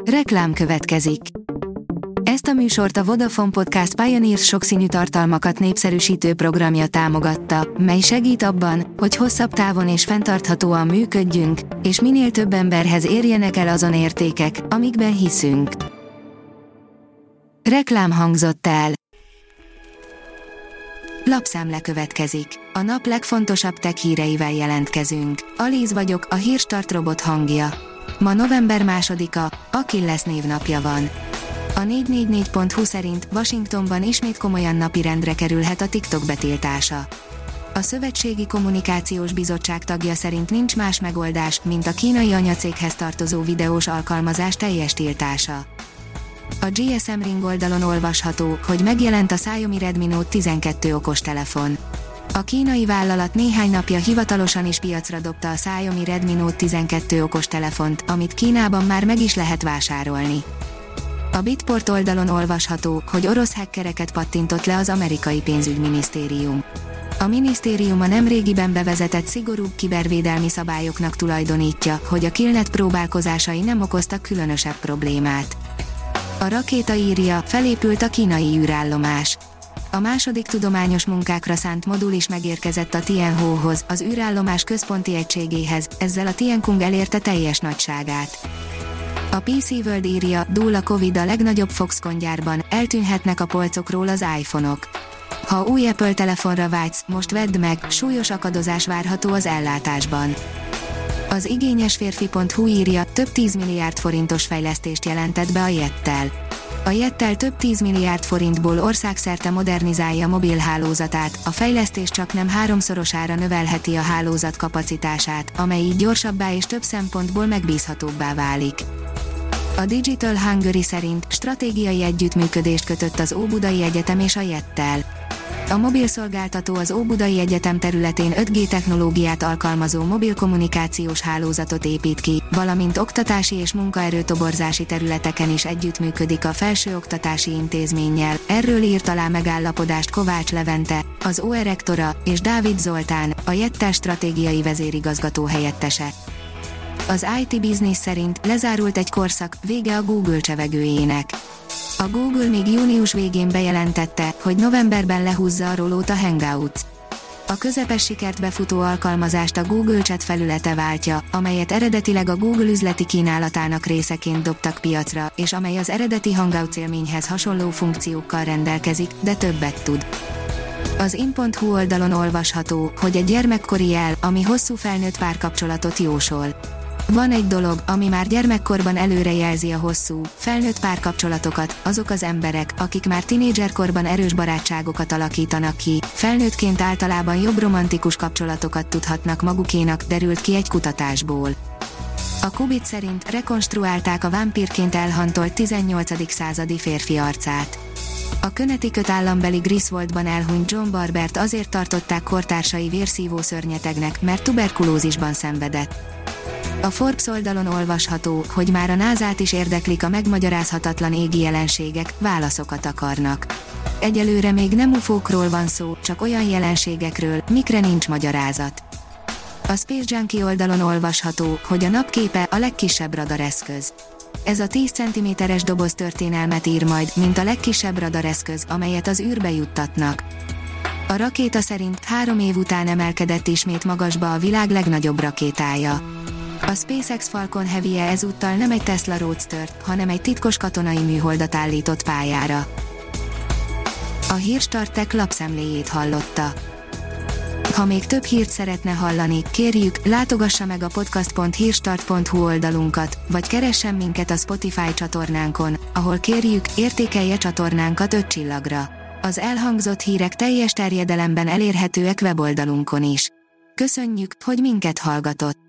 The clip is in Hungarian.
Reklám következik. Ezt a műsort a Vodafone Podcast Pioneers sokszínű tartalmakat népszerűsítő programja támogatta, mely segít abban, hogy hosszabb távon és fenntarthatóan működjünk, és minél több emberhez érjenek el azon értékek, amikben hiszünk. Reklám hangzott el. Lapszemle következik. A nap legfontosabb tech híreivel jelentkezünk. Alíz vagyok, a Hírstart robot hangja. Ma november 2-a, Achilles névnapja van. A 444.hu szerint Washingtonban ismét komolyan napirendre kerülhet a TikTok betiltása. A Szövetségi Kommunikációs Bizottság tagja szerint nincs más megoldás, mint a kínai anyacéghez tartozó videós alkalmazás teljes tiltása. A GSM Ring oldalon olvasható, hogy megjelent a Xiaomi Redmi Note 12 okostelefon. A kínai vállalat néhány napja hivatalosan is piacra dobta a Xiaomi Redmi Note 12 okostelefont, amit Kínában már meg is lehet vásárolni. A Bitport oldalon olvasható, hogy orosz hackereket pattintott le az amerikai pénzügyminisztérium. A minisztérium a nemrégiben bevezetett szigorúbb kibervédelmi szabályoknak tulajdonítja, hogy a Killnet próbálkozásai nem okoztak különösebb problémát. A rakéta írja, felépült a kínai űrállomás. A második tudományos munkákra szánt modul is megérkezett a Tianhe-hoz, az űrállomás központi egységéhez, ezzel a Tiankung elérte teljes nagyságát. A PC World írja, dúl a Covid a legnagyobb Foxconn gyárban, eltűnhetnek a polcokról az iPhone-ok. Ha új Apple telefonra vágysz, most vedd meg, súlyos akadozás várható az ellátásban. Az igényesférfi.hu írja, több 10 milliárd forintos fejlesztést jelentett be a Jettel. A Jettel több 10 milliárd forintból országszerte modernizálja mobilhálózatát, a fejlesztés csaknem 3-szorosára növelheti a hálózat kapacitását, amely így gyorsabbá és több szempontból megbízhatóbbá válik. A Digital Hungary szerint stratégiai együttműködést kötött az Óbudai Egyetem és a Jettel. A mobilszolgáltató az Óbudai Egyetem területén 5G technológiát alkalmazó mobilkommunikációs hálózatot épít ki, valamint oktatási és munkaerőtoborzási területeken is együttműködik a felsőoktatási intézménnyel, erről írt alá megállapodást Kovács Levente, az OE rektora, és Dávid Zoltán, a Jettel stratégiai vezérigazgató helyettese. Az IT Business szerint lezárult egy korszak, vége a Google csevegőjének. A Google még június végén bejelentette, hogy novemberben lehúzza a rolót a Hangouts. A közepes sikert befutó alkalmazást a Google Chat felülete váltja, amelyet eredetileg a Google üzleti kínálatának részeként dobtak piacra, és amely az eredeti Hangouts élményhez hasonló funkciókkal rendelkezik, de többet tud. Az in.hu oldalon olvasható, hogy egy gyermekkori jel, ami hosszú felnőtt párkapcsolatot jósol. Van egy dolog, ami már gyermekkorban előrejelzi a hosszú, felnőtt párkapcsolatokat, azok az emberek, akik már tinédzserkorban erős barátságokat alakítanak ki, felnőttként általában jobb romantikus kapcsolatokat tudhatnak magukénak, derült ki egy kutatásból. A Kubit szerint rekonstruálták a vámpírként elhantolt 18. századi férfi arcát. A Connecticut állambeli Griswoldban elhunyt John Barbert azért tartották kortársai vérszívó szörnyetegnek, mert tuberkulózisban szenvedett. A Forbes oldalon olvasható, hogy már a NASA-t is érdeklik a megmagyarázhatatlan égi jelenségek, válaszokat akarnak. Egyelőre még nem UFO-król van szó, csak olyan jelenségekről, mikre nincs magyarázat. A Space Junkie oldalon olvasható, hogy a napképe a legkisebb radareszköz. Ez a 10 cm-es doboz történelmet ír majd, mint a legkisebb radareszköz, amelyet az űrbe juttatnak. A rakéta szerint 3 év után emelkedett ismét magasba a világ legnagyobb rakétája. A SpaceX Falcon Heavy-e ezúttal nem egy Tesla Roadster, hanem egy titkos katonai műholdat állított pályára. A Hírstart Tech lapszemléjét hallotta. Ha még több hírt szeretne hallani, kérjük, látogassa meg a podcast.hírstart.hu oldalunkat, vagy keressen minket a Spotify csatornánkon, ahol kérjük, értékelje csatornánkat 5 csillagra. Az elhangzott hírek teljes terjedelemben elérhetőek weboldalunkon is. Köszönjük, hogy minket hallgatott!